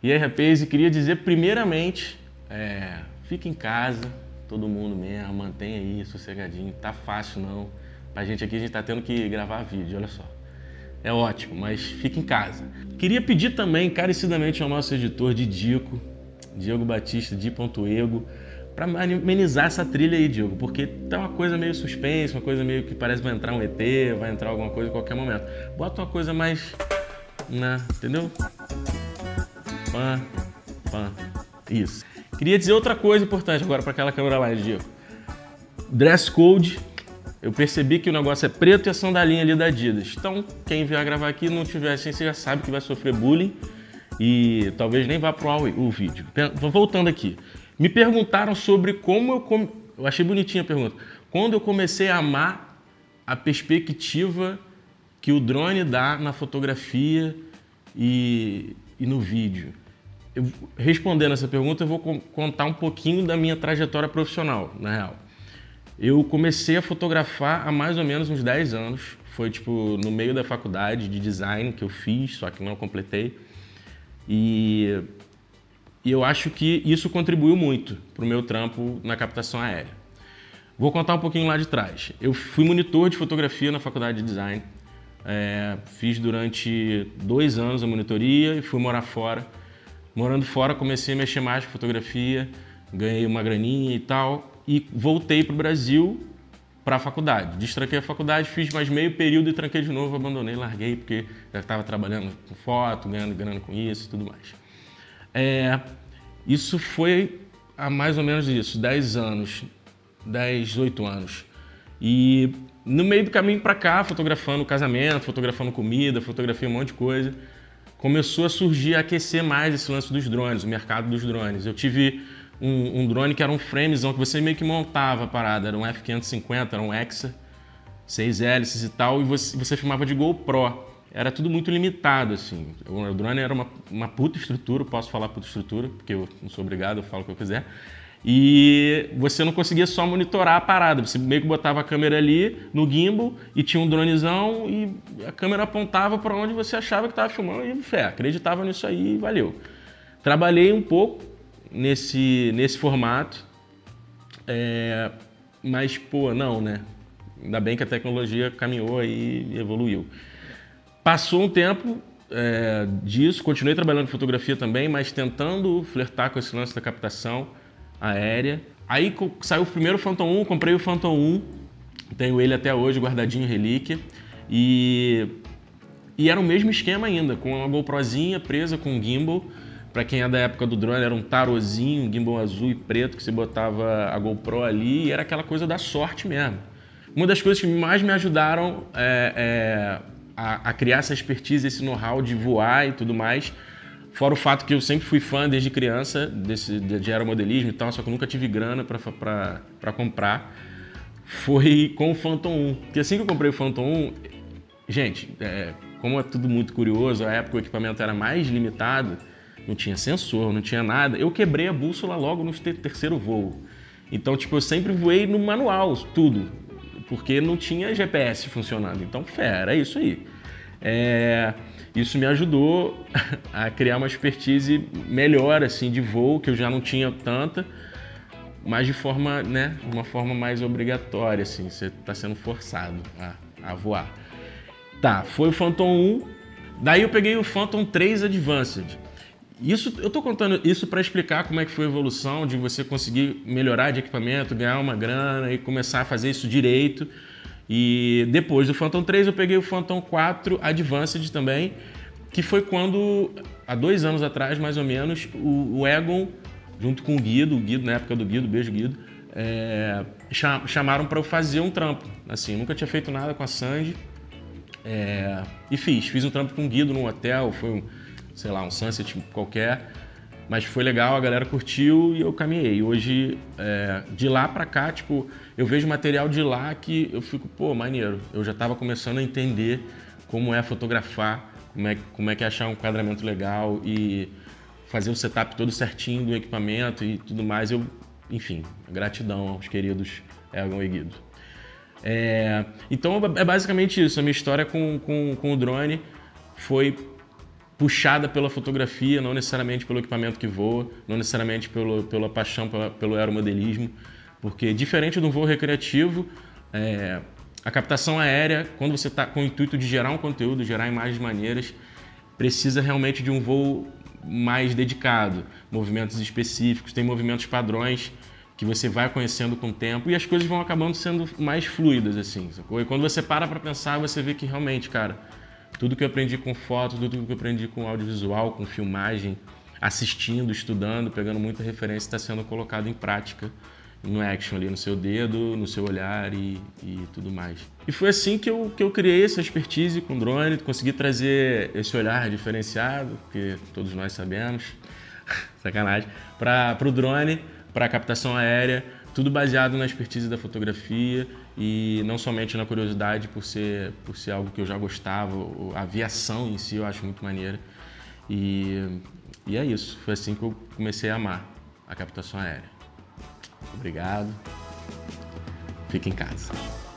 E aí, rapaz, queria dizer primeiramente, fica em casa, todo mundo mesmo, mantenha aí, sossegadinho, tá fácil não. Pra gente aqui, a gente tá tendo que gravar vídeo, olha só. É ótimo, mas fica em casa. Queria pedir também, encarecidamente, ao nosso editor Didico, Diego Batista, Di.ego, para amenizar essa trilha aí, Diego, porque tá uma coisa meio suspense, uma coisa meio que parece que vai entrar um ET, vai entrar alguma coisa a qualquer momento. Bota uma coisa mais, entendeu? Pã, pã, isso. Queria dizer outra coisa importante agora para aquela câmera lá, Diego. Dress code, eu percebi que o negócio é preto e a sandalinha ali da Adidas. Então, quem vier gravar aqui não tiver assim, você já sabe que vai sofrer bullying e talvez nem vá pro ar o vídeo. Voltando aqui. Me perguntaram sobre como eu achei bonitinha a pergunta. Quando eu comecei a amar a perspectiva que o drone dá na fotografia e no vídeo. Respondendo essa pergunta, eu vou contar um pouquinho da minha trajetória profissional, na real. Eu comecei a fotografar há mais ou menos uns 10 anos. Foi tipo no meio da faculdade de design que eu fiz, só que não completei. E eu acho que isso contribuiu muito para o meu trampo na captação aérea. Vou contar um pouquinho lá de trás. Eu fui monitor de fotografia na faculdade de design. Fiz durante 2 anos a monitoria e fui morar fora. Morando fora, comecei a mexer mais com fotografia, ganhei uma graninha e tal, e voltei para o Brasil para a faculdade. Destranquei a faculdade, fiz mais meio período e tranquei de novo, abandonei, larguei, porque já estava trabalhando com foto, ganhando grana com isso e tudo mais. Isso foi há mais ou menos isso, 10 anos, 10, 8 anos. E no meio do caminho para cá, fotografando casamento, fotografando comida, fotografia um monte de coisa, começou a surgir, a aquecer mais esse lance dos drones, o mercado dos drones. Eu tive um drone que era um framezão, que você meio que montava a parada, era um F550, era um Exa, 6 hélices e tal, e você filmava de GoPro. Era tudo muito limitado, assim. O drone era uma puta estrutura, posso falar puta estrutura, porque eu não sou obrigado, eu falo o que eu quiser. E você não conseguia só monitorar a parada, você meio que botava a câmera ali no gimbal e tinha um dronezão e a câmera apontava para onde você achava que estava filmando e acreditava nisso aí e valeu. Trabalhei um pouco nesse formato, mas pô, não, né? Ainda bem que a tecnologia caminhou aí e evoluiu. Passou um tempo disso, continuei trabalhando em fotografia também, mas tentando flertar com esse lance da captação aérea. Aí saiu o primeiro Phantom 1, comprei o Phantom 1, tenho ele até hoje guardadinho, relíquia, e era o mesmo esquema ainda, com uma GoProzinha presa com um gimbal. Para quem é da época do drone, era um tarozinho, um gimbal azul e preto, que você botava a GoPro ali e era aquela coisa da sorte mesmo. Uma das coisas que mais me ajudaram a criar essa expertise, esse know-how de voar e tudo mais, fora o fato que eu sempre fui fã desde criança de aeromodelismo e tal, só que eu nunca tive grana para comprar, foi com o Phantom 1. Porque assim que eu comprei o Phantom 1, gente, como é tudo muito curioso, a época o equipamento era mais limitado, não tinha sensor, não tinha nada, eu quebrei a bússola logo no terceiro voo. Então, tipo, eu sempre voei no manual, tudo, porque não tinha GPS funcionando. Então, era isso aí. Isso me ajudou a criar uma expertise melhor, assim, de voo, que eu já não tinha tanta, mas de forma, né, uma forma mais obrigatória, assim, você está sendo forçado a voar. Tá, foi o Phantom 1, daí eu peguei o Phantom 3 Advanced. Eu tô contando isso para explicar como é que foi a evolução de você conseguir melhorar de equipamento, ganhar uma grana e começar a fazer isso direito. E depois do Phantom 3 eu peguei o Phantom 4 Advanced também, que foi quando, há 2 anos atrás mais ou menos, o Egon, junto com o Guido na época do Guido, beijo Guido, chamaram para eu fazer um trampo. Assim, nunca tinha feito nada com a Sandy e fiz um trampo com o Guido num hotel, foi sei lá, um sunset qualquer, mas foi legal, a galera curtiu e eu caminhei. Hoje, de lá pra cá, tipo, eu vejo material de lá que eu fico, pô, maneiro. Eu já tava começando a entender como é fotografar, como é que é achar um enquadramento legal e fazer o setup todo certinho do equipamento e tudo mais. Enfim, gratidão aos queridos Egon e Guido. Então, é basicamente isso. A minha história com o drone foi puxada pela fotografia, não necessariamente pelo equipamento que voa, não necessariamente pela paixão pelo aeromodelismo, porque diferente de um voo recreativo, a captação aérea, quando você está com o intuito de gerar um conteúdo, gerar imagens maneiras, precisa realmente de um voo mais dedicado, movimentos específicos, tem movimentos padrões que você vai conhecendo com o tempo e as coisas vão acabando sendo mais fluidas, assim, sacou? E quando você para pensar, você vê que realmente, cara, tudo que eu aprendi com foto, tudo que eu aprendi com audiovisual, com filmagem, assistindo, estudando, pegando muita referência, está sendo colocado em prática no action ali, no seu dedo, no seu olhar e tudo mais. E foi assim que eu criei essa expertise com drone, consegui trazer esse olhar diferenciado, que todos nós sabemos, sacanagem, para o drone, para a captação aérea, tudo baseado na expertise da fotografia e não somente na curiosidade por ser algo que eu já gostava, a aviação em si eu acho muito maneira. E é isso, foi assim que eu comecei a amar a captação aérea. Obrigado, fique em casa.